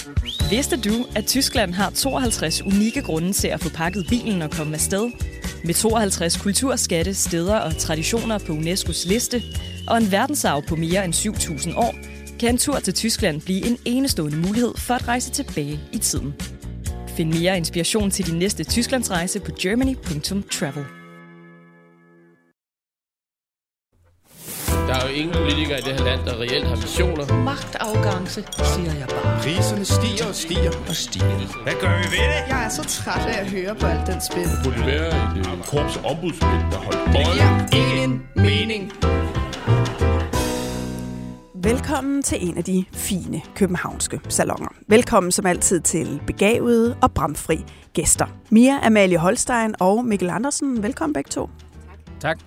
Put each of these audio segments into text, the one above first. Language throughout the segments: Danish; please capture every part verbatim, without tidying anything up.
Vidste du, at Tyskland har tooghalvtreds unikke grunde til at få pakket bilen og komme afsted? Med tooghalvtreds kulturskatte, steder og traditioner på UNESCOs liste og en verdensarv på mere end syv tusind år, kan en tur til Tyskland blive en enestående mulighed for at rejse tilbage i tiden. Find mere inspiration til din næste Tysklandsrejse på germany punktum travel. Der er jo ingen politikere i det her land, der reelt har visioner. Magtafgangse, siger jeg bare. Priserne stiger og stiger og stiger. Hvad gør vi ved det? Jeg er så træt af at høre på alt den spil. Det burde være et korps ombudsmænd, der holdt bold. Det giver ingen mening. Velkommen til en af de fine københavnske salonger. Velkommen som altid til begavede og bramfri gæster. Mia Amalie Holstein og Mikkel Andersen. Velkommen begge to. Tak.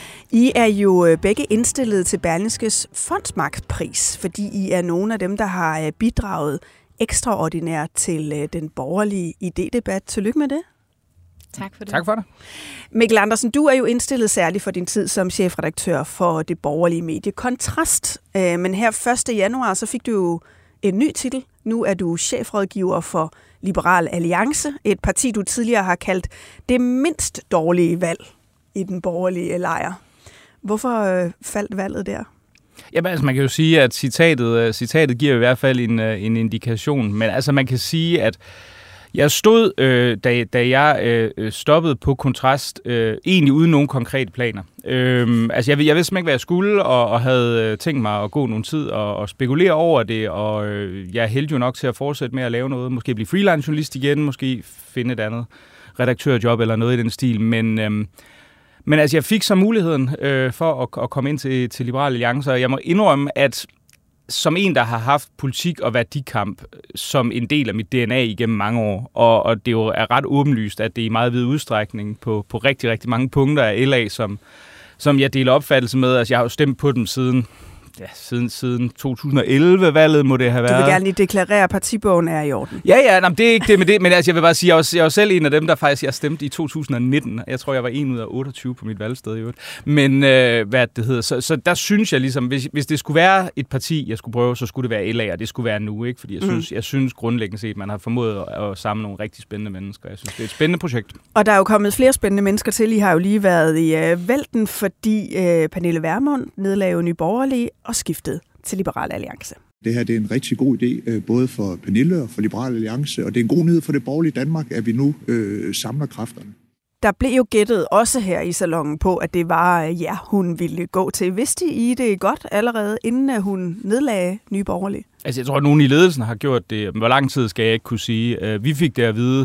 I er jo begge indstillet til Berlingskes Fondsmarkpris, fordi I er nogle af dem, der har bidraget ekstraordinært til den borgerlige idédebat. Tillykke med det. Tak for det. Tak for det. Mikkel Andersen, du er jo indstillet særligt for din tid som chefredaktør for det borgerlige medie Kontrast. Men her første januar, så fik du jo en ny titel. Nu er du chefrådgiver for Liberal Alliance, et parti, du tidligere har kaldt det mindst dårlige valg i den borgerlige lejr. Hvorfor øh, faldt valget der? Jamen, altså, man kan jo sige, at citatet, citatet giver i hvert fald en, en indikation. Men altså, man kan sige, at jeg stod, øh, da, da jeg øh, stoppede på Kontrast, øh, egentlig uden nogen konkrete planer. Øh, altså, jeg, jeg vidste ikke, hvad jeg skulle, og, og havde tænkt mig at gå nogle tid og, og spekulere over det, og øh, jeg hældte jo nok til at fortsætte med at lave noget. Måske blive freelance journalist igen, måske finde et andet redaktørjob eller noget i den stil, men... Øh, Men altså, jeg fik så muligheden øh, for at, at komme ind til, til Liberal Alliance, og jeg må indrømme, at som en, der har haft politik og værdikamp som en del af mit D N A igennem mange år, og, og det jo er ret åbenlyst, at det i meget vid udstrækning på, på rigtig, rigtig mange punkter af L A, som, som jeg deler opfattelse med. Altså, jeg har jo stemt på dem siden... Ja, siden, siden to tusind og elleve-valget må det have været. Du vil gerne lige deklarere, at partibogen er i orden. Ja, ja, nej, det er ikke det med det, men altså, jeg vil bare sige, jeg var, jeg var selv en af dem, der faktisk, jeg stemte i to tusind og nitten. Jeg tror, jeg var en ud af otteogtyve på mit valgsted i øvrigt. Men øh, hvad det hedder, så, så der synes jeg ligesom, hvis, hvis det skulle være et parti, jeg skulle prøve, så skulle det være L A, og det skulle være nu, ikke? Fordi jeg synes, mm. jeg synes grundlæggende set, at man har formået at, at samle nogle rigtig spændende mennesker. Jeg synes, det er et spændende projekt. Og der er jo kommet flere spændende mennesker til. I har jo lige været i øh, vælten, fordi øh, Pernille Vermund nedlagde Nye Borgerlige og skiftede til Liberal Alliance. Det her det er en rigtig god idé, både for Pernille og for Liberal Alliance, og det er en god nyhed for det borgerlige Danmark, at vi nu øh, samler kræfterne. Der blev jo gættet også her i salongen på, at det var, ja, hun ville gå til. Vidste I det godt allerede, inden hun nedlagde Nye Borgerlige? Altså, jeg tror, at nogen i ledelsen har gjort det. Hvor lang tid skal jeg ikke kunne sige. Vi fik det at vide,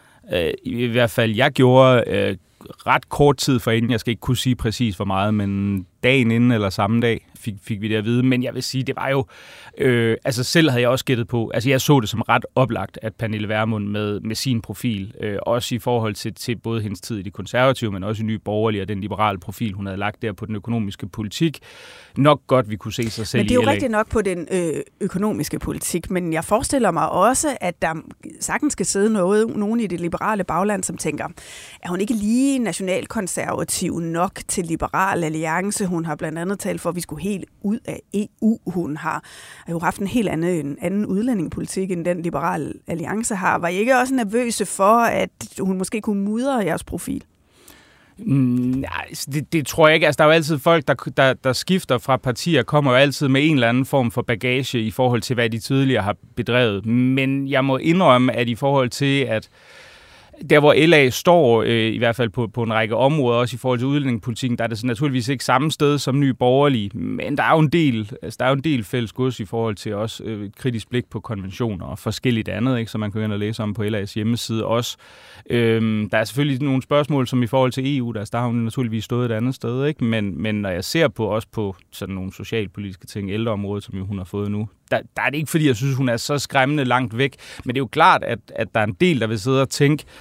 i hvert fald jeg gjorde ret kort tid forinden. Jeg skal ikke kunne sige præcis hvor meget, men dagen inden eller samme dag fik, fik vi det at vide. Men jeg vil sige, det var jo... Øh, altså selv havde jeg også gættet på... Altså jeg så det som ret oplagt, at Pernille Vermund med, med sin profil, øh, også i forhold til, til både hendes tid i de konservative, men også i Nye Borgerlige og den liberale profil, hun havde lagt der på den økonomiske politik, nok godt vi kunne se sig selv i Men det er jo L A. rigtigt nok på den øh, økonomiske politik, men jeg forestiller mig også, at der sagtens skal sidde noget, nogen i det liberale bagland, som tænker, er hun ikke lige nationalkonservativ nok til Liberal Alliance? Hun har blandt andet talt for, at vi skulle helt ud af E U. Hun har jo haft en helt anden, en anden udlændingepolitik, end den Liberal Alliance har. Var I ikke også nervøse for, at hun måske kunne mudre jeres profil? Mm, nej, det, det tror jeg ikke. Altså, der er jo altid folk, der, der, der skifter fra partier, kommer jo altid med en eller anden form for bagage i forhold til, hvad de tidligere har bedrevet. Men jeg må indrømme, at i forhold til, at der hvor L A står, øh, i hvert fald på, på en række områder, også i forhold til udlændingepolitikken, der er det så naturligvis ikke samme sted som Nye Borgerlige, men der er jo en del, altså, der er jo en del fælles gods i forhold til også øh, et kritisk blik på konventioner og forskelligt andet, ikke, som man kan gå ind og læse om på L A's hjemmeside også. Øh, der er selvfølgelig nogle spørgsmål, som i forhold til E U, der, der har hun naturligvis stået et andet sted, ikke, men, men når jeg ser på også på sådan nogle socialpolitiske ting, ældreområdet, som jo hun har fået nu, der, der er det ikke fordi, jeg synes, hun er så skræmmende langt væk, men det er jo klart, at, at der er en del, der vil sidde og tænke,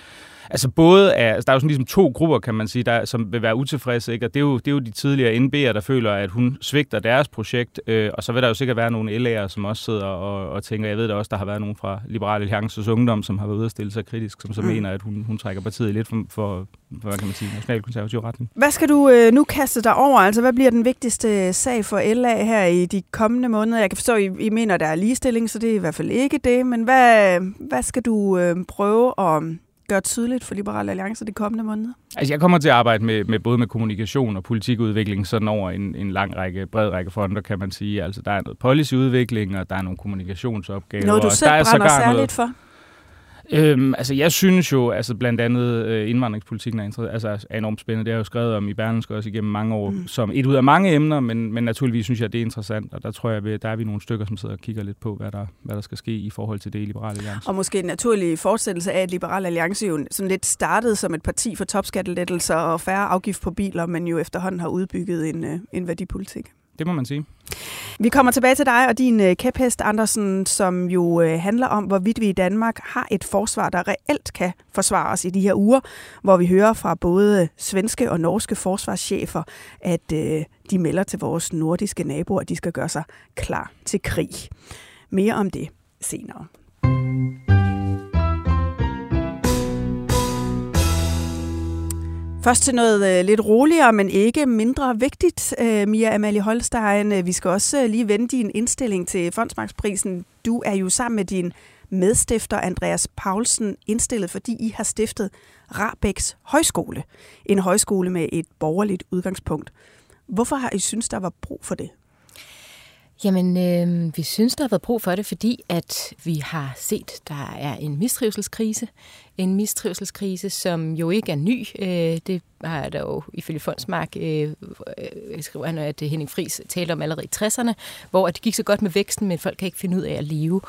Altså både er, altså der er jo sådan ligesom to grupper, kan man sige, der, som vil være utilfredse, ikke? Og det er, jo, det er jo de tidligere N B'er, der føler, at hun svigter deres projekt, øh, og så vil der jo sikkert være nogle L A'er, som også sidder og, og tænker, jeg ved da også, der har været nogen fra Liberal Alliances Ungdom, som har været ude at stille sig kritisk, som så mm. mener, at hun, hun trækker partiet lidt for, for, for hvad kan man sige, nationalkonservativ retning. Hvad skal du øh, nu kaste dig over? Altså, hvad bliver den vigtigste sag for L A her i de kommende måneder? Jeg kan forstå, at I, I mener, der er ligestilling, så det er i hvert fald ikke det, men hvad, hvad skal du øh, prøve at gøre tydeligt for Liberal Alliance de kommende måneder? Altså, jeg kommer til at arbejde med, med både med kommunikation og politikudvikling sådan over en, en lang række, bred række fronter, kan man sige. Altså, der er noget policyudvikling, og der er nogle kommunikationsopgaver. Noget, du selv brænder særligt noget for? Øhm, altså, jeg synes jo, altså blandt andet øh, indvandringspolitikken er, altså, er enormt spændende. Det har jeg jo skrevet om i Berlingske også igennem mange år, mm. som et ud af mange emner, men, men naturligvis synes jeg, det er interessant, og der tror jeg, der er vi nogle stykker, som sidder og kigger lidt på, hvad der, hvad der skal ske i forhold til det i Liberal Alliance. Og måske en naturlig fortsættelse af, at Liberal Alliance jo sådan lidt startede som et parti for topskattelettelser og færre afgift på biler, men jo efterhånden har udbygget en, en værdipolitik. Det må man sige. Vi kommer tilbage til dig og din kæphest, Andersen, som jo handler om, hvorvidt vi i Danmark har et forsvar, der reelt kan forsvare os i de her uger, hvor vi hører fra både svenske og norske forsvarschefer, at øh, de melder til vores nordiske naboer, at de skal gøre sig klar til krig. Mere om det senere. Først til noget øh, lidt roligere, men ikke mindre vigtigt, øh, Mia Amalie Holstein. Vi skal også øh, lige vende din indstilling til Fondsmarksprisen. Du er jo sammen med din medstifter Andreas Paulsen indstillet, fordi I har stiftet Rahbeks Højskole. En højskole med et borgerligt udgangspunkt. Hvorfor har I synes, der var brug for det? Jamen, øh, vi synes, der har været brug for det, fordi at vi har set, der er en mistrivselskrise. En mistrivselskrise, som jo ikke er ny. Øh, det har der jo ifølge Fondsmark, øh, skriver han, at Henning Friis talte om allerede i tresserne, hvor det gik så godt med væksten, men folk kan ikke finde ud af at leve.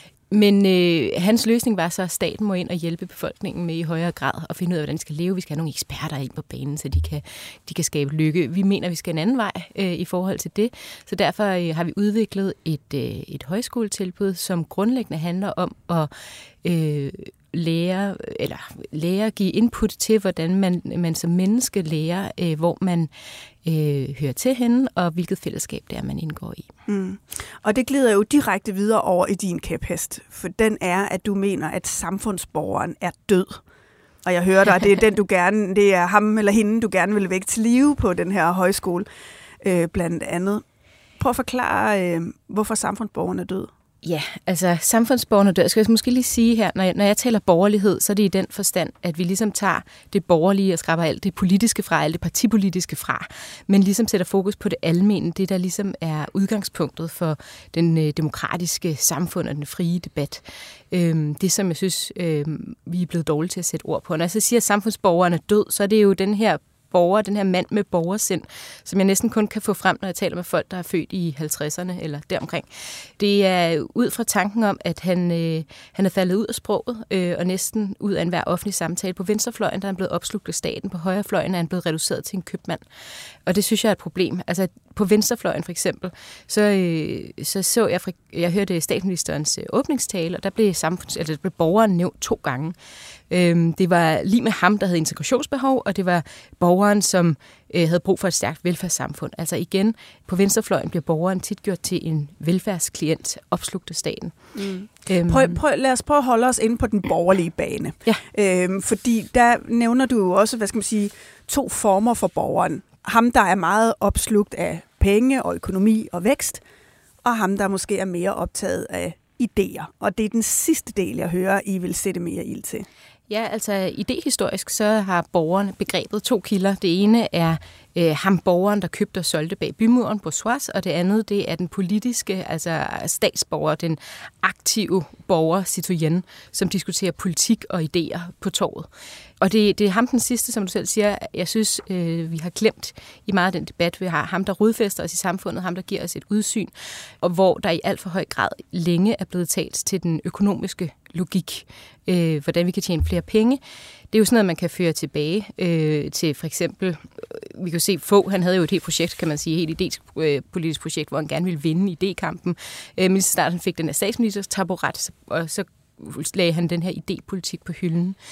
Men øh, hans løsning var så, at staten må ind og hjælpe befolkningen med i højere grad og finde ud af, hvordan de skal leve. Vi skal have nogle eksperter ind på banen, så de kan, de kan skabe lykke. Vi mener, vi skal en anden vej øh, i forhold til det. Så derfor øh, har vi udviklet et, øh, et højskoletilbud, som grundlæggende handler om at øh, lære, eller lære give input til, hvordan man, man som menneske lærer, øh, hvor man øh, hører til hende, og hvilket fællesskab det er, man indgår i. Mm. Og det glider jo direkte videre over i din kæphest, for den er, at du mener, at samfundsborgeren er død. Og jeg hører dig, det er den, du gerne, det er ham eller hende, du gerne vil vække til live på den her højskole, øh, blandt andet. Prøv at forklare, øh, hvorfor samfundsborgeren er død. Ja, altså samfundsborgerne dør. Skal jeg måske lige sige her, når jeg, når jeg taler borgerlighed, så er det i den forstand, at vi ligesom tager det borgerlige og skraber alt det politiske fra, alt det partipolitiske fra, men ligesom sætter fokus på det almene, det der ligesom er udgangspunktet for den øh, demokratiske samfund og den frie debat. Øhm, det, som jeg synes, øh, vi er blevet dårlige til at sætte ord på. Når jeg så siger, at samfundsborgerne er død, så er det jo den her borger, den her mand med borgersind, som jeg næsten kun kan få frem, når jeg taler med folk, der er født i halvtredserne eller deromkring. Det er ud fra tanken om, at han, øh, han er faldet ud af sproget, øh, og næsten ud af enhver offentlig samtale. På venstrefløjen, der er han blevet opslugt af staten. På højrefløjen er han blevet reduceret til en købmand. Og det synes jeg er et problem. Altså på venstrefløjen for eksempel, så øh, så, så jeg, jeg hørte statsministerens øh, åbningstale, og der blev, samfunds, eller der blev borgeren nævnt to gange. Øh, det var lige med ham, der havde integrationsbehov, og det var borgeren, som øh, havde brug for et stærkt velfærdssamfund. Altså igen, på venstrefløjen bliver borgeren tit gjort til en velfærdsklient, opslugt af staten. Mm. Øhm. Prøv, prøv, lad os prøve at holde os inde på den borgerlige bane. Ja. Øhm, fordi der nævner du jo også, hvad skal man sige, to former for borgeren. Ham, der er meget opslugt af penge og økonomi og vækst, og ham, der måske er mere optaget af idéer. Og det er den sidste del, jeg hører, I vil sætte mere ild til. Ja, altså idehistorisk, så har borgerne begrebet to kilder. Det ene er øh, ham borgeren, der købte og solgte bag bymuren, bourgeois, og det andet, det er den politiske, altså statsborger, den aktive borger, citoyen, som diskuterer politik og idéer på torvet. Og det, det er ham den sidste, som du selv siger, jeg synes, øh, vi har glemt i meget af den debat, vi har. Ham, der rodfæster os i samfundet, ham, der giver os et udsyn, og hvor der i alt for høj grad længe er blevet talt til den økonomiske logik, øh, hvordan vi kan tjene flere penge. Det er jo sådan noget, man kan føre tilbage øh, til for eksempel, øh, vi kan se Fogh, han havde jo et helt projekt, kan man sige, et helt idépolitisk projekt, hvor han gerne ville vinde idékampen. Øh, men så snart han fik den her statsministers taburet, og så lagde han den her idépolitik på hylden.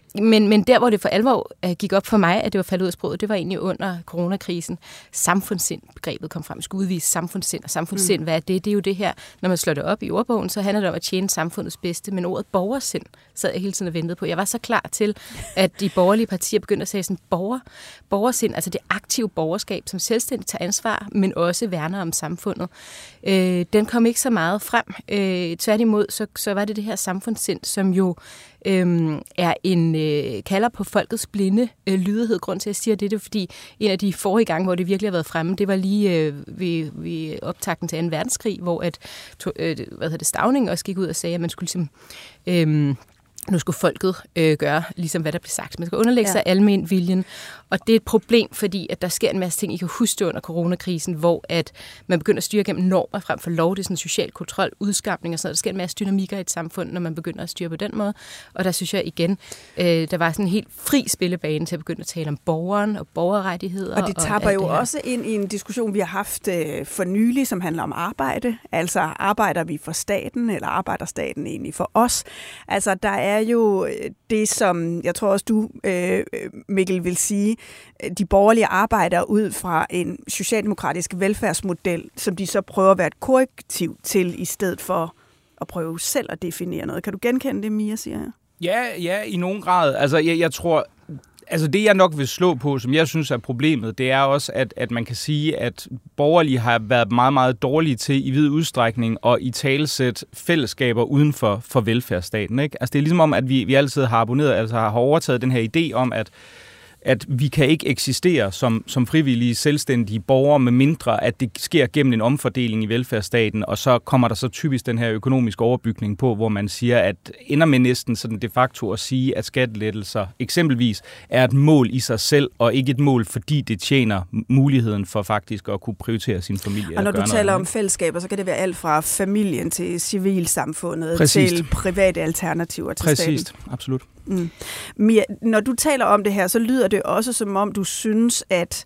Men, men der, hvor det for alvor uh, gik op for mig, at det var faldet ud af sproget, det var egentlig under coronakrisen. Samfundssind-begrebet kom frem. Vi skulle udvise samfundssind, og samfundssind, mm. hvad er det? Det er jo det her, når man slår det op i ordbogen, så handler det om at tjene samfundets bedste, men ordet borgersind sad jeg hele tiden og ventede på. Jeg var så klar til, at de borgerlige partier begyndte at sige sådan, borger, borgersind, altså det aktive borgerskab, som selvstændigt tager ansvar, men også værner om samfundet. Øh, den kom ikke så meget frem. Øh, tværtimod, så, så var det det her samfundssind, som jo Øhm, er en øh, kalder på folkets blinde øh, lydighed. Grund til, at jeg siger det, det er, fordi en af de forrige gange, hvor det virkelig har været fremme, det var lige øh, ved, ved optakten til anden verdenskrig, hvor at, to, øh, hvad hedder det, Stauning også gik ud og sagde, at man skulle ligesom, øh, nu skulle folket øh, gøre, ligesom hvad der blev sagt. Man skal underlægge ja. sig almen viljen. Og det er et problem, fordi at der sker en masse ting, I kan huske under coronakrisen, hvor at man begynder at styre gennem normer frem for lov. Det er sådan social kontrol, udskamning og sådan noget. Der sker en masse dynamikker i et samfund, når man begynder at styre på den måde. Og der synes jeg igen, øh, der var sådan en helt fri spillebane til at begynde at tale om borgeren og borgerrettigheder. Og det tapper jo også ind i en diskussion, vi har haft øh, for nylig, som handler om arbejde. Altså arbejder vi for staten, eller arbejder staten egentlig for os? Altså der er jo det, som jeg tror også du, øh, Mikkel, vil sige, de borgerlige arbejder ud fra en socialdemokratisk velfærdsmodel, som de så prøver at være et korrektiv til, i stedet for at prøve selv at definere noget. Kan du genkende det, Mia siger? Ja, ja, i nogen grad. Altså, jeg, jeg tror... Altså det, jeg nok vil slå på, som jeg synes er problemet, det er også, at, at man kan sige, at borgerlige har været meget, meget dårlige til i vid udstrækning at italesætte fællesskaber uden for, for velfærdsstaten. Ikke? Altså det er ligesom om, at vi, vi altid har abonneret, altså har overtaget den her idé om, at at vi kan ikke eksistere som, som frivillige, selvstændige borgere, med mindre at det sker gennem en omfordeling i velfærdsstaten, og så kommer der så typisk den her økonomiske overbygning på, hvor man siger, at ender med næsten sådan de facto at sige, at skattelettelser eksempelvis er et mål i sig selv, og ikke et mål, fordi det tjener muligheden for faktisk at kunne prioritere sin familie. Og når du taler om fællesskaber, så kan det være alt fra familien til civilsamfundet, Præcist. til private alternativer til Præcist. staten. Præcist, absolut. Mm. Mia, når du taler om det her, så lyder det også som om, du synes, at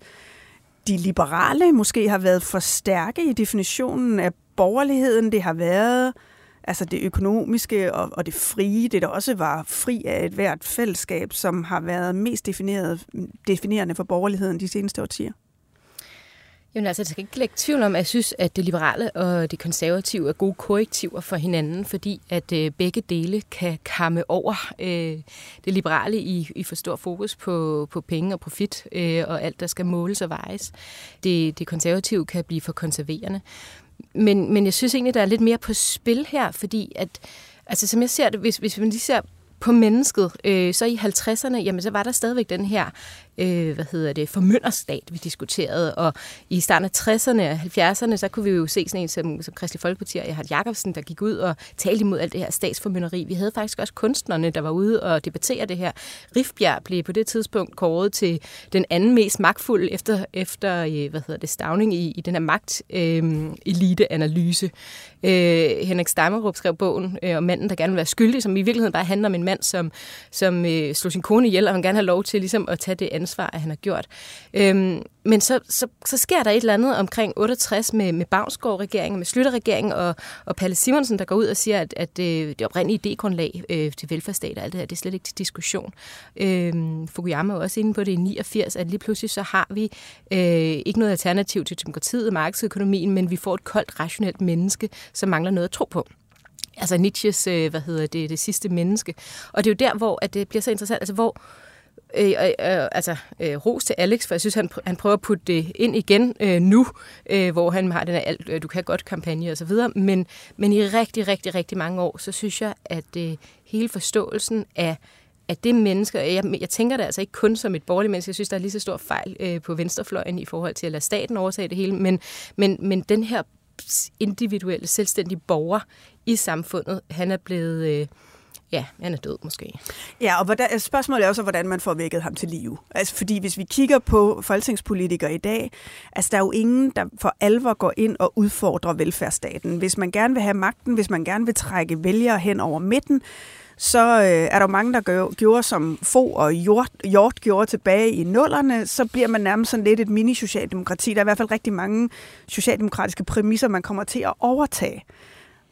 de liberale måske har været for stærke i definitionen af borgerligheden. Det har været altså det økonomiske og, og det frie, det der også var fri af et hvert fællesskab, som har været mest defineret, definerende for borgerligheden de seneste årtier. Jamen altså, jeg skal ikke lægge tvivl om, at jeg synes, at det liberale og det konservative er gode korrektiver for hinanden, fordi at øh, begge dele kan kamme over. Øh, det liberale i, i for stor fokus på, på penge og profit øh, og alt, der skal måles og vejes. Det, det konservative kan blive for konserverende. Men, men jeg synes egentlig, der er lidt mere på spil her, fordi at, altså som jeg ser det, hvis, hvis man lige ser på mennesket, øh, så i halvtredserne, jamen så var der stadigvæk den her, øh, hvad hedder det, formynderstat, vi diskuterede, og i starten af tresserne og halvfjerdserne, så kunne vi jo se sådan en som, som Kristelig Folkeparti og Gerhard Jacobsen, der gik ud og talte imod alt det her statsformynderi. Vi havde faktisk også kunstnerne, der var ude og debattere det her. Rifbjerg blev på det tidspunkt kåret til den anden mest magtfulde efter, efter hvad hedder det, Stauning i, i den her magt-elite-analyse. Øh, Henrik Stammerup skrev bogen øh, om manden, der gerne vil være skyldig, som i virkeligheden bare handler om en mand, som, som øh, slog sin kone ihjel, og han gerne har lov til ligesom, at tage det ansvar, at han har gjort. Øhm, men så, så, så sker der et eller andet omkring otteogtres med, med Bavnsgaard-regeringen, med Schlüter-regeringen og, og Palle Simonsen, der går ud og siger, at, at øh, det oprindelige idégrundlag øh, til velfærdsstat og alt det her, det er slet ikke til diskussion. Øhm, Fukuyama er også inde på det i niogfirs, at lige pludselig så har vi øh, ikke noget alternativ til demokratiet, markedsøkonomien, men vi får et koldt, rationelt menneske, som mangler noget at tro på. Altså Nietzsches, øh, hvad hedder det, det sidste menneske. Og det er jo der, hvor at det bliver så interessant, altså hvor Øh, øh, altså, øh, ros til Alex, for jeg synes, han, han prøver at putte det ind igen øh, nu, øh, hvor han har den her alt, øh, du kan godt kampagne og så videre, men, men i rigtig, rigtig, rigtig mange år, så synes jeg, at øh, hele forståelsen af, at det menneske, jeg, jeg tænker det altså ikke kun som et borgerligt menneske, jeg synes, der er lige så stor fejl øh, på venstrefløjen i forhold til at lade staten overtage det hele, men, men, men den her individuelle, selvstændige borger i samfundet, han er blevet... Øh, Ja, han er død måske. Ja, og hvordan, spørgsmålet er også, hvordan man får vækket ham til live. Altså, fordi hvis vi kigger på folketingspolitikere i dag, altså der er jo ingen, der for alvor går ind og udfordrer velfærdsstaten. Hvis man gerne vil have magten, hvis man gerne vil trække vælgere hen over midten, så øh, er der jo mange, der gør, gjorde som Fogh og Hjort, Hjort gjorde tilbage i nullerne, så bliver man nærmest sådan lidt et mini-socialdemokrati. Der er i hvert fald rigtig mange socialdemokratiske præmisser, man kommer til at overtage.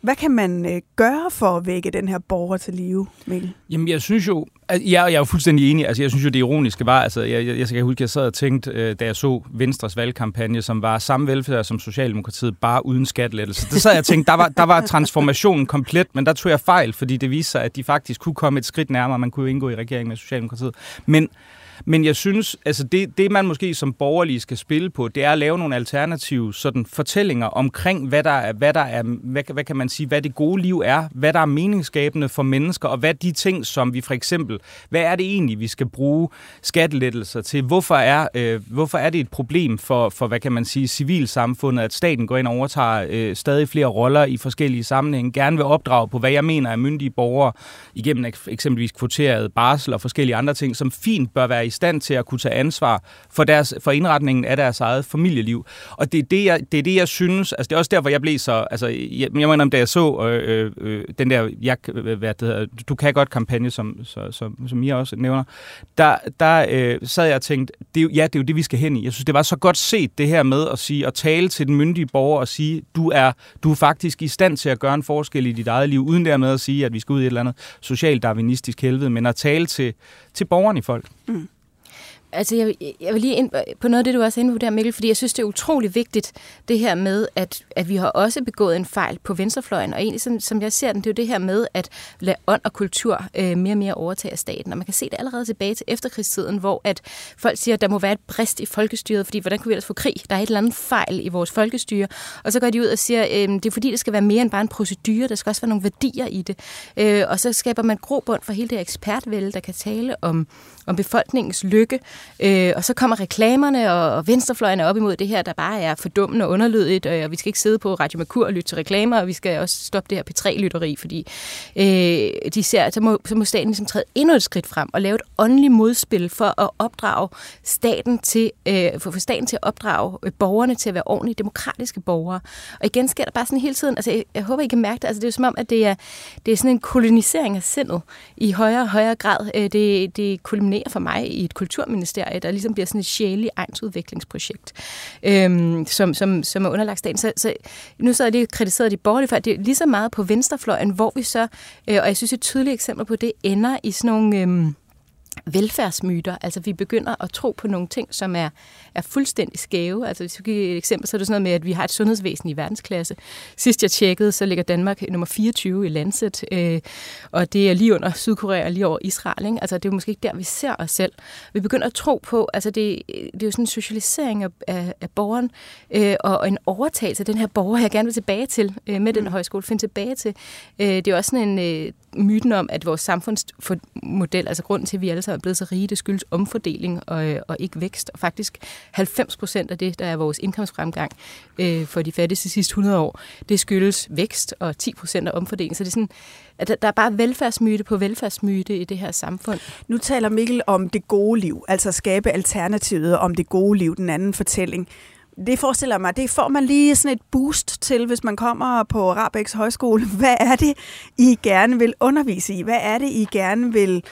Hvad kan man øh, gøre for at vække den her borger til live, Mikkel? Jamen, jeg synes jo, jeg, jeg er jo fuldstændig enig. Altså, jeg synes jo, det ironiske var, altså, jeg, jeg, jeg skal huske, jeg sad og tænkte, øh, da jeg så Venstres valgkampagne, som var samme velfærd som Socialdemokratiet, bare uden skattelettelse. Der sad jeg og tænkte, der var, der var transformationen komplet, men der tog jeg fejl, fordi det viste sig, at de faktisk kunne komme et skridt nærmere. Man kunne jo indgå i regeringen med Socialdemokratiet. Men Men jeg synes, altså det, det man måske som borgerlige skal spille på, det er at lave nogle alternative sådan, fortællinger omkring, hvad der er, hvad der er, hvad, hvad kan man sige, hvad det gode liv er, hvad der er meningsskabende for mennesker, og hvad de ting, som vi for eksempel, hvad er det egentlig, vi skal bruge skattelettelser til? Hvorfor er, øh, hvorfor er det et problem for, for, hvad kan man sige, civilsamfundet, at staten går ind og overtager øh, stadig flere roller i forskellige sammenhænge, gerne vil opdrage på, hvad jeg mener er myndige borgere, igennem eksempelvis kvoteret barsel og forskellige andre ting, som fint bør være i stand til at kunne tage ansvar for, deres, for indretningen af deres eget familieliv. Og det er det, jeg, det er det, jeg synes, altså det er også derfor, jeg blev så, altså jeg, jeg mener, da jeg så øh, øh, den der, jeg, hvad det hedder, du kan godt kampagne, som, så, som, som I også nævner, der, der øh, sad jeg og tænkte, det er, ja, det er jo det, vi skal hen i. Jeg synes, det var så godt set, det her med at sige, at tale til den myndige borger og sige, du er, du er faktisk i stand til at gøre en forskel i dit eget liv, uden dermed at sige, at vi skal ud i et eller andet socialdarwinistisk helvede, men at tale til, til borgerne i folk. Mm. Altså, jeg, jeg vil lige ind på noget af det, du også er inde på der, Mikkel, fordi jeg synes, det er utrolig vigtigt, det her med, at, at vi har også begået en fejl på venstrefløjen, og egentlig, som, som jeg ser den, det er jo det her med, at lade ånd og kultur øh, mere og mere overtage af staten, og man kan se det allerede tilbage til efterkrigstiden, hvor at folk siger, at der må være et brist i folkestyret, fordi hvordan kunne vi ellers få krig? Der er et eller andet fejl i vores folkestyre, og så går de ud og siger, øh, det er fordi, det skal være mere end bare en procedure, der skal også være nogle værdier i det, øh, og så skaber man grobund for hele det ekspertvælde, der kan tale om, om befolkningens lykke. Øh, og så kommer reklamerne, og, og venstrefløjen er op imod det her, der bare er fordummende og underlydigt, og, og vi skal ikke sidde på Radio Mercur og lytte til reklamer, og vi skal også stoppe det her P tre lytteri, fordi øh, de ser, så må, så må staten ligesom træde endnu et skridt frem og lave et åndeligt modspil for at opdrage staten til, øh, for, for staten til at opdrage øh, borgerne til at være ordentlige demokratiske borgere. Og igen sker der bare sådan hele tiden, altså jeg, jeg håber, I kan mærke det, altså det er jo som om, at det er, det er sådan en kolonisering af sindet i højere og højere grad. Øh, det, det kulminerer for mig i et kulturministerium, der ligesom bliver sådan et sjældent egnsudviklingsprojekt, øhm, som, som, som er underlagt staten. Så, så nu så er det kritiseret de borgerlige, for det er lige så meget på venstrefløjen, hvor vi så, øh, og jeg synes et tydeligt eksempel på det, ender i sådan nogle øhm, velfærdsmyter. Altså vi begynder at tro på nogle ting, som er, er fuldstændig skæve. Altså hvis vi giver et eksempel, så er det sådan noget med, at vi har et sundhedsvæsen i verdensklasse. Sidst jeg tjekkede, så ligger Danmark nummer fireogtyve i Lancet, øh, og det er lige under Sydkorea og lige over Israel. Ikke? Altså det er jo måske ikke der, vi ser os selv. Vi begynder at tro på, altså det, det er jo sådan en socialisering af, af, af borgeren, øh, og en overtagelse af den her borger, jeg gerne vil tilbage til, øh, med den her højskole, finde tilbage til. Øh, det er også sådan en øh, myten om, at vores samfundsmodel, altså grunden til, at vi alle sammen er blevet så rige, det skyldes omfordeling og, og ikke vækst. Og faktisk halvfems procent af det, der er vores indkomstfremgang øh, for de fattigste sidste hundrede år, det skyldes vækst, og ti procent af omfordeling. Så det er sådan, at der er bare velfærdsmyte på velfærdsmyte i det her samfund. Nu taler Mikkel om det gode liv, altså skabe alternativet om det gode liv, den anden fortælling. Det forestiller mig, det får man lige sådan et boost til, hvis man kommer på Rahbeks Højskole. Hvad er det, I gerne vil undervise i? Hvad er det, I gerne vil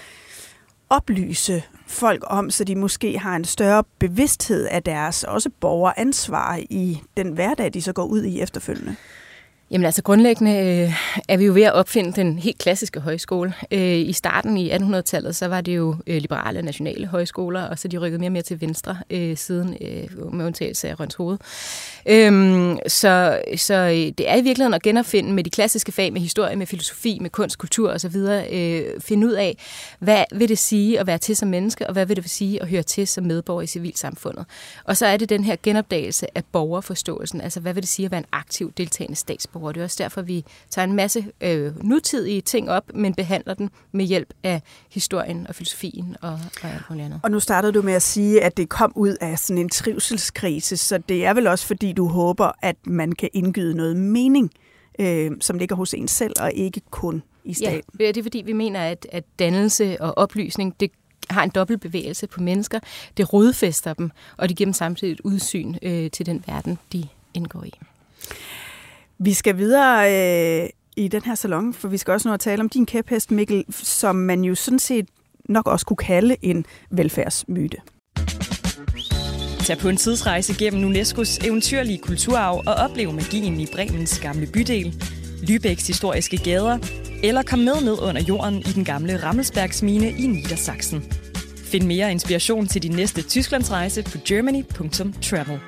oplyse folk om, så de måske har en større bevidsthed af deres også borgeransvar i den hverdag, de så går ud i efterfølgende? Jamen altså grundlæggende øh, er vi jo ved at opfinde den helt klassiske højskole. Øh, I starten i attenhundredetallet, så var det jo øh, liberale nationale højskoler, og så de rykkede mere og mere til venstre øh, siden, øh, med undtagelse af Rønshoved. Øh, så, så det er i virkeligheden at genopfinde med de klassiske fag, med historie, med filosofi, med kunst, kultur osv., øh, finde ud af, hvad vil det sige at være til som menneske, og hvad vil det sige at høre til som medborger i civilsamfundet. Og så er det den her genopdagelse af borgerforståelsen, altså hvad vil det sige at være en aktiv, deltagende statsborger. Det er også derfor, vi tager en masse øh, nutidige ting op, men behandler den med hjælp af historien og filosofien og, og alt muligt andet. Og nu startede du med at sige, at det kom ud af sådan en trivselskrise, så det er vel også fordi, du håber, at man kan indgyde noget mening, øh, som ligger hos en selv, og ikke kun i staten. Ja, det er fordi, vi mener, at, at dannelse og oplysning, det har en dobbelt bevægelse på mennesker. Det rodfæster dem, og det giver dem samtidig et udsyn øh, til den verden, de indgår i. Vi skal videre øh, i den her salon, for vi skal også nå at tale om din kæphest, Mikkel, som man jo sådan set nok også kunne kalde en velfærdsmyte. Tag på en tidsrejse gennem UNESCOs eventyrlige kulturarv og oplev magien i Bremens gamle bydel. Lübecks historiske gader, eller kom med ned under jorden i den gamle Rammelsbergsmine i Niedersachsen. Find mere inspiration til din næste Tysklandsrejse på germany punktum travel.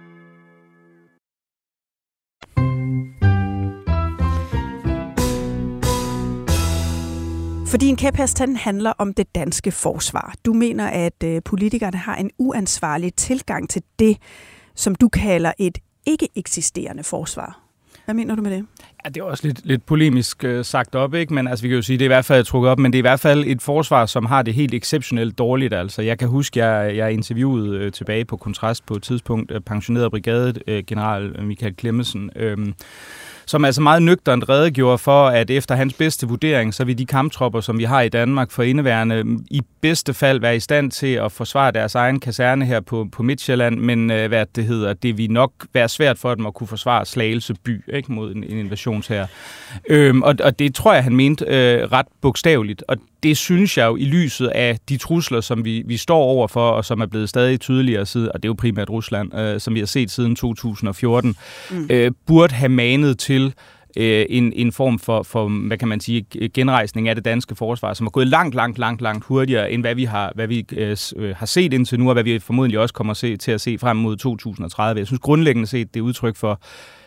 Fordi en kæphest handler om det danske forsvar. Du mener, at øh, politikerne har en uansvarlig tilgang til det, som du kalder et ikke-eksisterende forsvar. Hvad mener du med det? Ja, det er også lidt, lidt polemisk øh, sagt op, ikke? Men altså, vi kan jo sige, det er i hvert fald trukket op, men det er i hvert fald et forsvar, som har det helt exceptionelt dårligt. Altså, jeg kan huske, jeg jeg interviewede øh, tilbage på Kontrast på et tidspunkt øh, pensioneret brigade øh, general Michael Clemmensen, øh, som altså meget nøgternt redegjorde for, at efter hans bedste vurdering, så vil de kamptropper, som vi har i Danmark for indeværende, i bedste fald være i stand til at forsvare deres egen kaserne her på, på Midtjylland, men øh, hvad det hedder, det vil nok være svært for dem at kunne forsvare Slagelse by, ikke, mod en, en invasionshær. Øhm, og, og det tror jeg, han mente øh, ret bogstaveligt, og det synes jeg jo i lyset af de trusler, som vi, vi står overfor, og som er blevet stadig tydeligere siden, og det er jo primært Rusland, øh, som vi har set siden to tusind og fjorten, mm. øh, burde have manet til øh, en, en form for, for, hvad kan man sige, genrejsning af det danske forsvar, som er gået langt, langt, langt, langt hurtigere, end hvad vi har, hvad vi, øh, har set indtil nu, og hvad vi formodentlig også kommer se, til at se frem mod to tusind og tredive. Jeg synes grundlæggende set, det er udtryk for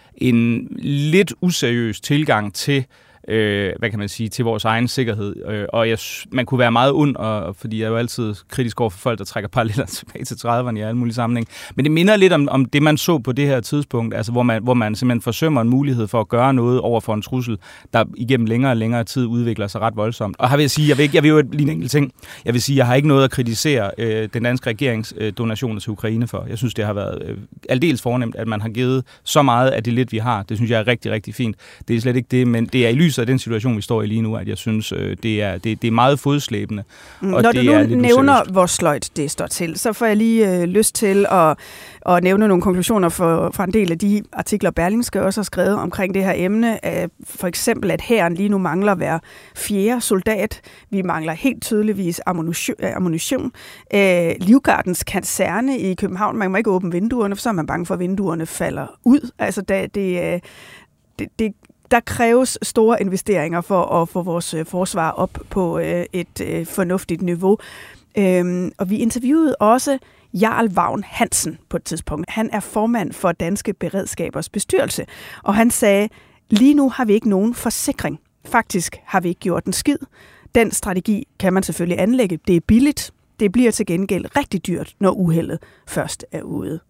en lidt useriøs tilgang til Øh, hvad kan man sige, til vores egen sikkerhed. Øh, og jeg, man kunne være meget ond, og, fordi jeg er jo altid kritisk over for folk, der trækker paralleller tilbage til trediverne i alle mulige sammenhæng. Men det minder lidt om, om det, man så på det her tidspunkt, altså hvor man, hvor man simpelthen forsømmer en mulighed for at gøre noget over for en trussel, der igennem længere og længere tid udvikler sig ret voldsomt. Og her vil jeg sige, jeg vil, ikke, jeg vil jo lige en enkelt ting. Jeg vil sige, jeg har ikke noget at kritisere øh, den danske regerings øh, donationer til Ukraine for. Jeg synes, det har været øh, aldeles fornemt, at man har givet så meget af det lidt, vi har. Det synes jeg er rigtig, rigtig fint. Det er slet ikke det, men det er i lyset af den situation, vi står i lige nu, at jeg synes, det er, det, det er meget fodslæbende. Mm, og når det du er nu nævner, hvor sløjt det står til, så får jeg lige øh, lyst til at, at nævne nogle konklusioner for, fra en del af de artikler, Berlingske også har skrevet omkring det her emne. Øh, for eksempel, at hæren lige nu mangler hver fjerde soldat. Vi mangler helt tydeligvis ammunition. ammunition. Øh, Livgardens kaserne i København, man må ikke åbne vinduerne, for så er man bange for, at vinduerne falder ud. Altså, det, det, det, det Der kræves store investeringer for at få vores forsvar op på et fornuftigt niveau. Og vi interviewede også Jarl Vagn Hansen på et tidspunkt. Han er formand for Danske Beredskabers bestyrelse, og han sagde, lige nu har vi ikke nogen forsikring. Faktisk har vi ikke gjort en skid. Den strategi kan man selvfølgelig anlægge. Det er billigt. Det bliver til gengæld rigtig dyrt, når uheldet først er ude.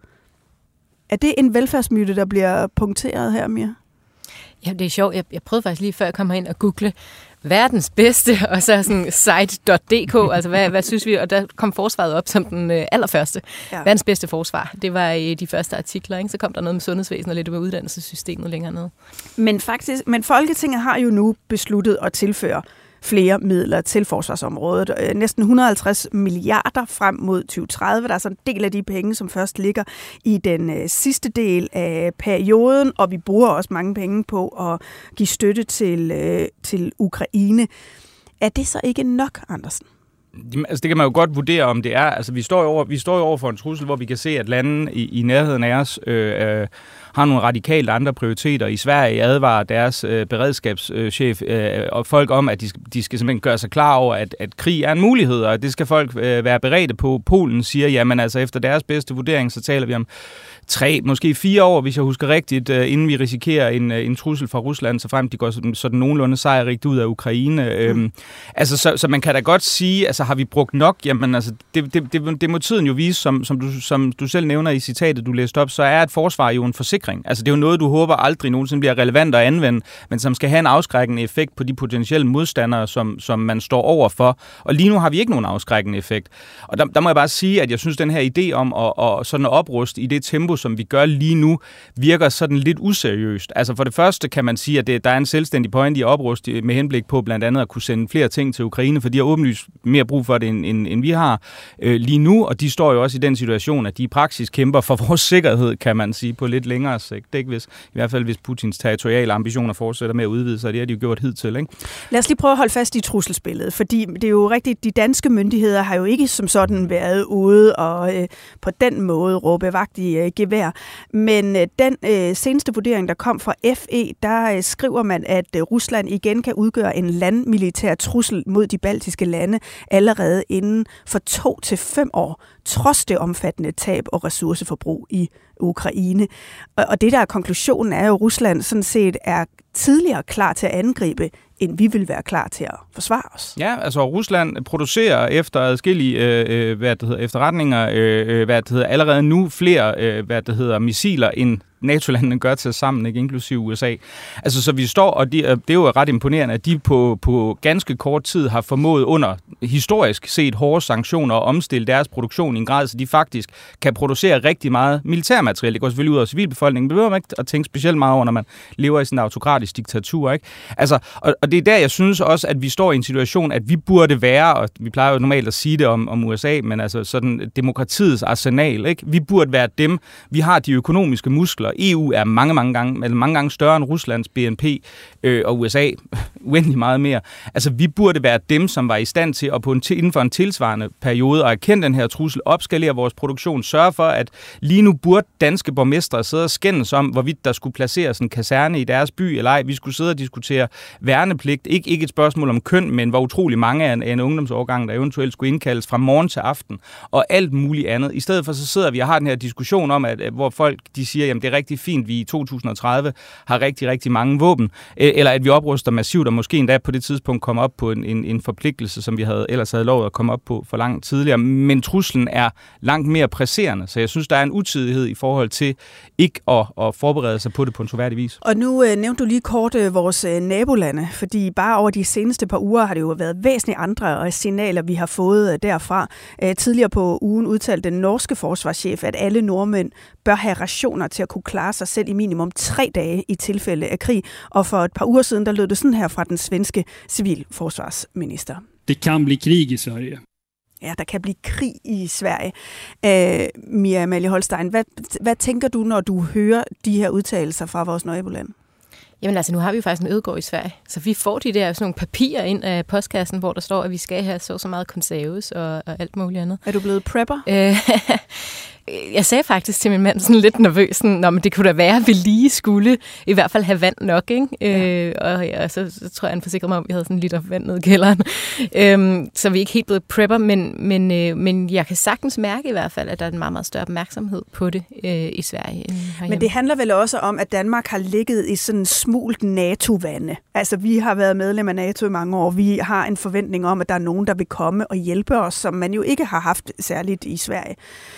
Er det en velfærdsmyte, der bliver punkteret her, Mia? Ja, det er sjovt. Jeg, jeg prøvede faktisk lige før jeg kom herind og google verdens bedste, og så sådan site punktum d k, altså hvad, hvad synes vi? Og der kom forsvaret op som den øh, allerførste. Ja. Verdens bedste forsvar. Det var i de første artikler, ikke? Så kom der noget med sundhedsvæsen og lidt med uddannelsessystemet længere nede. Men faktisk, men Folketinget har jo nu besluttet at tilføre flere midler til forsvarsområdet. Næsten et hundrede og halvtreds milliarder frem mod tyve tredive. Der er så en del af de penge, som først ligger i den øh, sidste del af perioden, og vi bruger også mange penge på at give støtte til, øh, til Ukraine. Er det så ikke nok, Andersen? Altså, det kan man jo godt vurdere, om det er. Altså, vi står jo over, vi står jo over for en trussel, hvor vi kan se, at lande i, i nærheden af os øh, øh, har nogle radikalt andre prioriteter. I Sverige advarer deres øh, beredskabschef øh, og folk om, at de skal, de skal simpelthen gøre sig klar over, at, at krig er en mulighed, og det skal folk øh, være beredte på. Polen siger, jamen altså efter deres bedste vurdering, så taler vi om tre, måske fire år, hvis jeg husker rigtigt, øh, inden vi risikerer en, en trussel fra Rusland, så frem de går sådan, sådan nogenlunde sejrigt ud af Ukraine. Mm. Øhm, altså, så, så man kan da godt sige, altså har vi brugt nok? Jamen altså, det, det, det, det må tiden jo vise, som, som, du, som du selv nævner i citatet, du læste op, så er et forsvar jo en forsikring. Altså det er jo noget, du håber aldrig nogensinde bliver relevant at anvende, men som skal have en afskrækkende effekt på de potentielle modstandere, som, som man står over for. Og lige nu har vi ikke nogen afskrækkende effekt. Og der, der må jeg bare sige, at jeg synes, den her idé om at, at sådan at opruste i det tempo, som vi gør lige nu, virker sådan lidt useriøst. Altså for det første kan man sige, at det, der er en selvstændig point i at opruste med henblik på blandt andet at kunne sende flere ting til Ukraine, for de har åbenlyst mere brug for det, end, end, end vi har øh, lige nu, og de står jo også i den situation, at de i praksis kæmper for vores sikkerhed, kan man sige, på lidt længere sigt. Det er ikke hvis, i hvert fald hvis Putins territoriale ambitioner fortsætter med at udvide sig, det har de jo gjort hidtil, ikke? Lad os lige prøve at holde fast i trusselsbilledet, fordi det er jo rigtigt, de danske myndigheder har jo ikke som sådan været ude og øh, på den måde råbe vagt i øh, gevær. Men øh, den øh, seneste vurdering, der kom fra F E, der øh, skriver man, at øh, Rusland igen kan udgøre en landmilitær trussel mod de baltiske lande allerede inden for to til fem år, trods det omfattende tab og ressourceforbrug i Ukraine. Og, og det der konklusionen er jo, at Rusland sådan set er tidligere klar til at angribe, end vi vil være klar til at forsvare os. Ja, altså Rusland producerer efter adskillige øh, hvad det hedder, efterretninger øh, hvad det hedder, allerede nu flere øh, hvad det hedder, missiler end NATO-landene gør til sammen, ikke, inklusive U S A. Altså, så vi står, og de, det er jo ret imponerende, at de på, på ganske kort tid har formået under historisk set hårde sanktioner at omstille deres produktion i en grad, så de faktisk kan producere rigtig meget militærmateriel. Det går selvfølgelig ud af civilbefolkningen, men det behøver man ikke at tænke specielt meget over, når man lever i sådan en autokratisk diktatur, ikke? Altså, og, og det er der, jeg synes også, at vi står i en situation, at vi burde være, og vi plejer jo normalt at sige det om, om U S A, men altså sådan demokratiets arsenal, ikke? Vi burde være dem. Vi har de økonomiske muskler. E U er mange, mange gange, eller mange gange større end Ruslands B N P, øh, og U S A uendelig meget mere. Altså, vi burde være dem, som var i stand til at på en, inden for en tilsvarende periode at erkende den her trussel, opskalere vores produktion, sørge for, at lige nu burde danske borgmestre sidde og skændes om, hvorvidt der skulle placeres en kaserne i deres by, eller ej. Vi skulle sidde og diskutere værnepligt. Ikke, ikke et spørgsmål om køn, men hvor utrolig mange af en, af en ungdomsårgang, der eventuelt skulle indkaldes fra morgen til aften, og alt muligt andet. I stedet for, så sidder vi og har den her diskussion om, at, hvor folk de siger, jamen det er rigtig fint, vi i to tusind og tredive har rigtig, rigtig mange våben, eller at vi opruster massivt, og måske endda på det tidspunkt kommer op på en, en, en forpligtelse, som vi havde ellers havde lovet at komme op på for langt tidligere. Men truslen er langt mere presserende, så jeg synes, der er en utidighed i forhold til ikke at, at forberede sig på det på en troværdig vis. Og nu øh, nævnte du lige kort øh, vores øh, nabolande, fordi bare over de seneste par uger har det jo været væsentligt andre øh, signaler, vi har fået øh, derfra. Øh, tidligere på ugen udtalte den norske forsvarschef, at alle nordmænd bør have rationer til at kunne klare sig selv i minimum tre dage i tilfælde af krig. Og for et par uger siden, der lød det sådan her fra den svenske civilforsvarsminister. Det kan blive krig i Sverige. Ja, der kan blive krig i Sverige. Øh, Mia Amalie Holstein, hvad, hvad tænker du, når du hører de her udtalelser fra vores naboland? Jamen altså, nu har vi jo faktisk en ødegård i Sverige, så vi får de der sådan nogle papirer ind af postkassen, hvor der står, at vi skal have så så meget konserves og, og alt muligt andet. Er du blevet prepper? Øh, jeg sagde faktisk til min mand sådan lidt nervøs, sådan, Nå, men det kunne da være, at vi lige skulle i hvert fald have vand nok, ikke? Ja. Øh, og ja, så, så tror jeg, han forsikrede mig om, at vi havde sådan en liter vand nede i kælderen. Øh, så vi er ikke helt blevet prepper, men, men, øh, men jeg kan sagtens mærke i hvert fald, at der er en meget, meget større opmærksomhed på det øh, i Sverige. Men det handler vel også om, at Danmark har ligget i sådan smult NATO-vande. Altså, vi har været medlem af NATO i mange år. Vi har en forventning om, at der er nogen, der vil komme og hjælpe os, som man jo ikke har haft særligt i Sverige.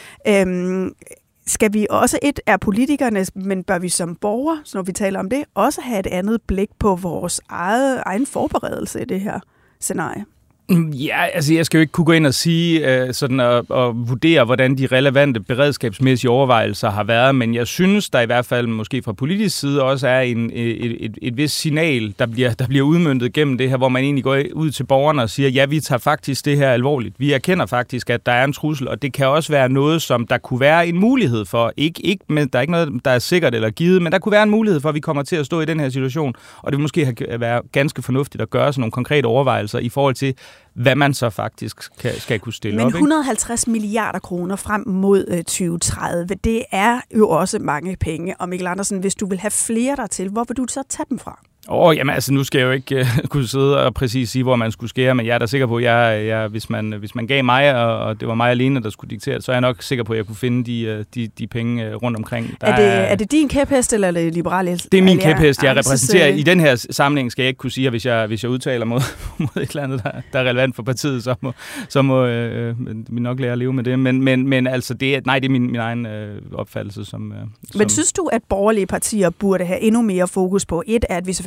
Øhm, skal vi også, et er politikerne, men bør vi som borgere, så når vi taler om det, også have et andet blik på vores eget, egen forberedelse i det her scenarie? Ja, altså jeg skal jo ikke kunne gå ind og sige øh, sådan og, og vurdere, hvordan de relevante beredskabsmæssige overvejelser har været, men jeg synes, der i hvert fald måske fra politisk side også er en, et, et, et vis signal, der bliver, der bliver udmøntet gennem det her, hvor man egentlig går ud til borgerne og siger, ja, vi tager faktisk det her alvorligt. Vi erkender faktisk, at der er en trussel, og det kan også være noget, som der kunne være en mulighed for. Ikke, ikke, men der er ikke noget, der er sikkert eller givet, men der kunne være en mulighed for, at vi kommer til at stå i den her situation, og det vil måske have, være ganske fornuftigt at gøre sådan nogle konkrete overvejelser i forhold til, hvad man så faktisk kan, skal kunne stille Men op. Men et hundrede og halvtreds milliarder kroner frem mod øh, tyve tredive, det er jo også mange penge. Og Mikkel Andersen, hvis du vil have flere dertil, hvor vil du så tage dem fra? Åh, oh, jamen altså, nu skal jeg jo ikke uh, kunne sidde og præcis sige, hvor man skulle skære, men jeg er da sikker på, at jeg, jeg, hvis, man, hvis man gav mig, og, og det var mig alene, der skulle diktere det, så er jeg nok sikker på, at jeg kunne finde de, de, de penge rundt omkring. Der er, det, er det din kæphest, eller er det liberale? Det er min kæphest, jeg repræsenterer. I den her sammenhæng skal jeg ikke kunne sige, at hvis jeg, hvis jeg udtaler mod, mod et eller andet, der, der er relevant for partiet, så må, så må øh, vi nok lære at leve med det. Men, men, men altså, det er, nej, det er min, min egen øh, opfattelse. Som, øh, men som synes du, at borgerlige partier burde have endnu mere fokus på? Et er, at vi selvfølgelig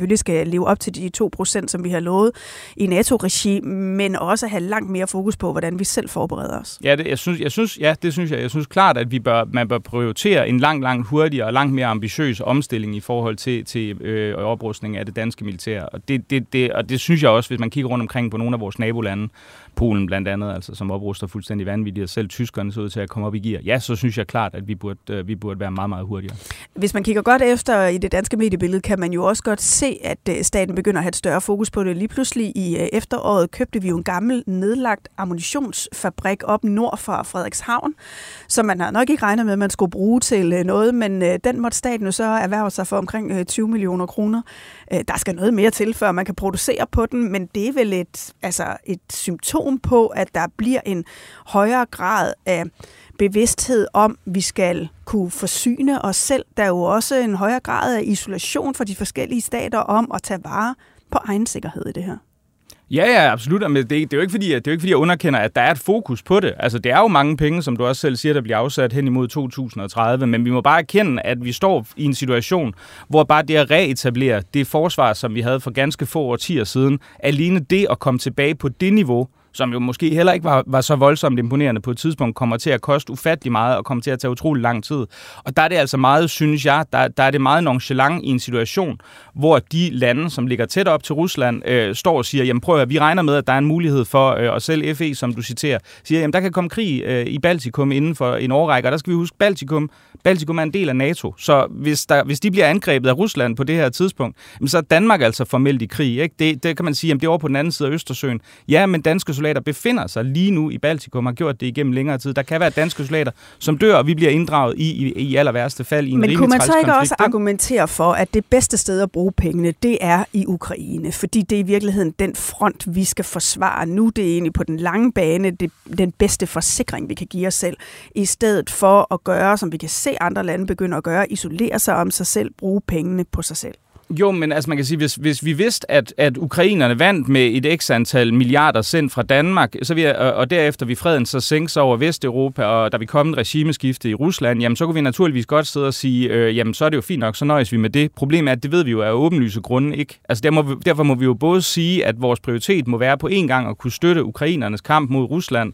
selvfølgelig skal leve op til de to procent, som vi har lovet i NATO-regi, men også have langt mere fokus på, hvordan vi selv forbereder os. Ja, det, jeg synes, jeg synes, ja, det synes jeg. Jeg synes klart, at vi bør, man bør prioritere en langt, langt hurtigere og langt mere ambitiøs omstilling i forhold til, til øh, oprustning af det danske militær. Og det, det, det, og det synes jeg også, hvis man kigger rundt omkring på nogle af vores nabolande, Polen blandt andet, altså, som opruster fuldstændig vanvittigt, og selv tyskerne så ud til at komme op i gear. Ja, så synes jeg klart, at vi burde, øh, vi burde være meget, meget hurtigere. Hvis man kigger godt efter i det danske mediebillede, kan man jo også godt se, at øh, staten begynder at have et større fokus på det. Lige pludselig i øh, efteråret købte vi jo en gammel nedlagt ammunitionsfabrik op nord for Frederikshavn, som man har nok ikke regnet med, at man skulle bruge til øh, noget, men øh, den måtte staten jo så erhverve sig for omkring øh, tyve millioner kroner. Øh, der skal noget mere til, før man kan producere på den, men det er vel et, altså et symptom på, at der bliver en højere grad af bevidsthed om, vi skal kunne forsyne os selv. Der er jo også en højere grad af isolation for de forskellige stater om at tage vare på egen sikkerhed i det her. Ja, ja, absolut. Men det, det er jo ikke fordi, det er jo ikke fordi jeg underkender, at der er et fokus på det. Altså, det er jo mange penge, som du også selv siger, der bliver afsat hen imod to tusind og tredive, men vi må bare erkende, at vi står i en situation, hvor bare det at reetablere det forsvar, som vi havde for ganske få årtier siden, alene det at komme tilbage på det niveau, som jo måske heller ikke var, var så voldsomt imponerende på et tidspunkt, kommer til at koste ufattelig meget og kommer til at tage utrolig lang tid. Og der er det altså meget, synes jeg, der, der er det meget nonchalant i en situation, hvor de lande, som ligger tæt op til Rusland, øh, står og siger, jamen prøv at vi regner med, at der er en mulighed for, øh, og selv F E, som du citerer, siger, jamen der kan komme krig øh, i Baltikum inden for en årrække, og der skal vi huske, Baltikum, Baltikum er en del af NATO, så hvis, der, hvis de bliver angrebet af Rusland på det her tidspunkt, så er Danmark altså formelt i krig, ikke? Det, det kan man sige, jamen det er over på den anden side af Østersøen. Ja, men danske soldater befinder sig lige nu i Baltikum, har gjort det igennem længere tid. Der kan være danske soldater, som dør, og vi bliver inddraget i, i, i aller værste fald i en rimelig træls konflikt. Men kunne man så ikke også argumentere for, at det bedste sted at bruge pengene, det er i Ukraine? Fordi det er i virkeligheden den front, vi skal forsvare nu. Det er egentlig på den lange bane det, den bedste forsikring, vi kan give os selv. I stedet for at gøre, som vi kan se andre lande begynder at gøre, isolere sig om sig selv, bruge pengene på sig selv. Jo, men altså man kan sige, hvis, hvis vi vidste, at, at ukrainerne vandt med et x antal milliarder sendt fra Danmark, så vi, og, og derefter vi freden så sænke sig over Vesteuropa, og der vi kom en regimeskifte i Rusland, jamen så kunne vi naturligvis godt sidde og sige, øh, jamen så er det jo fint nok, så nøjes vi med det. Problemet er, at det ved vi jo af åbenlyse grunde ikke. Altså der må vi, derfor må vi jo både sige, at vores prioritet må være på en gang at kunne støtte ukrainernes kamp mod Rusland,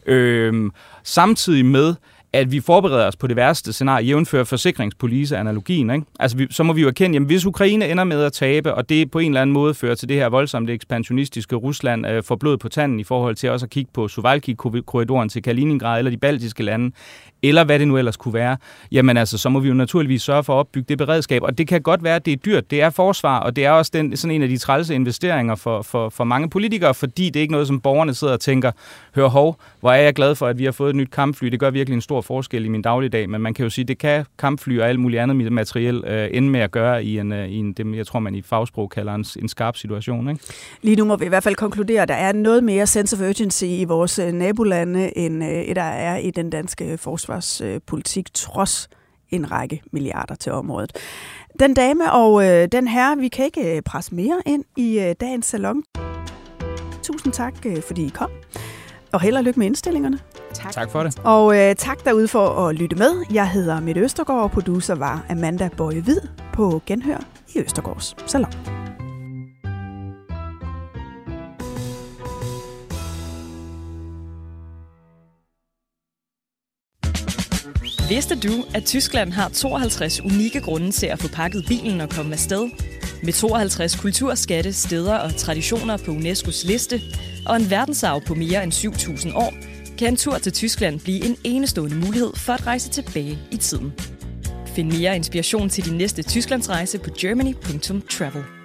øh, samtidig med at vi forbereder os på det værste scenarie, jævnfører forsikringspolice-analogien. Ikke? Altså, vi, så må vi jo erkende, at hvis Ukraine ender med at tabe, og det på en eller anden måde fører til det her voldsomt ekspansionistiske Rusland, øh, får blod på tanden i forhold til også at kigge på Suwalki-korridoren til Kaliningrad eller de baltiske lande, eller hvad det nu ellers kunne være, jamen altså, så må vi jo naturligvis sørge for at opbygge det beredskab. Og det kan godt være, at det er dyrt. Det er forsvar, og det er også den, sådan en af de trælse investeringer for, for, for mange politikere, fordi det er ikke noget, som borgerne sidder og tænker, hør hov, hvor er jeg glad for, at vi har fået et nyt kampfly. Det gør virkelig en stor forskel i min dagligdag, men man kan jo sige, det kan kampfly og alt muligt andet materiel øh, ende med at gøre i en, øh, i en det, jeg tror, man i fagsprog kalder en, en skarp situation. Ikke? Lige nu må vi i hvert fald konkludere, at der er noget mere sense of urgency i vores øh, nabolande, end øh, der er i den danske forsvarspolitik, øh, trods en række milliarder til området. Den dame og øh, den herre, vi kan ikke øh, presse mere ind i øh, dagens salon. Tusind tak, øh, fordi I kom. Og held og lykke med indstillingerne. Tak. Tak for det. Og øh, tak derude for at lytte med. Jeg hedder Mette Østergaard, og producer var Amanda Bøje Hvid på Genhør i Østergaards Salon. Vidste du, at Tyskland har tooghalvtreds unikke grunde til at få pakket bilen og komme afsted? Med tooghalvtreds kulturskatte, steder og traditioner på UNESCO's liste og en verdensarv på mere end syv tusind år, kan en tur til Tyskland blive en enestående mulighed for at rejse tilbage i tiden. Find mere inspiration til din næste Tysklandsrejse på germany punktum travel.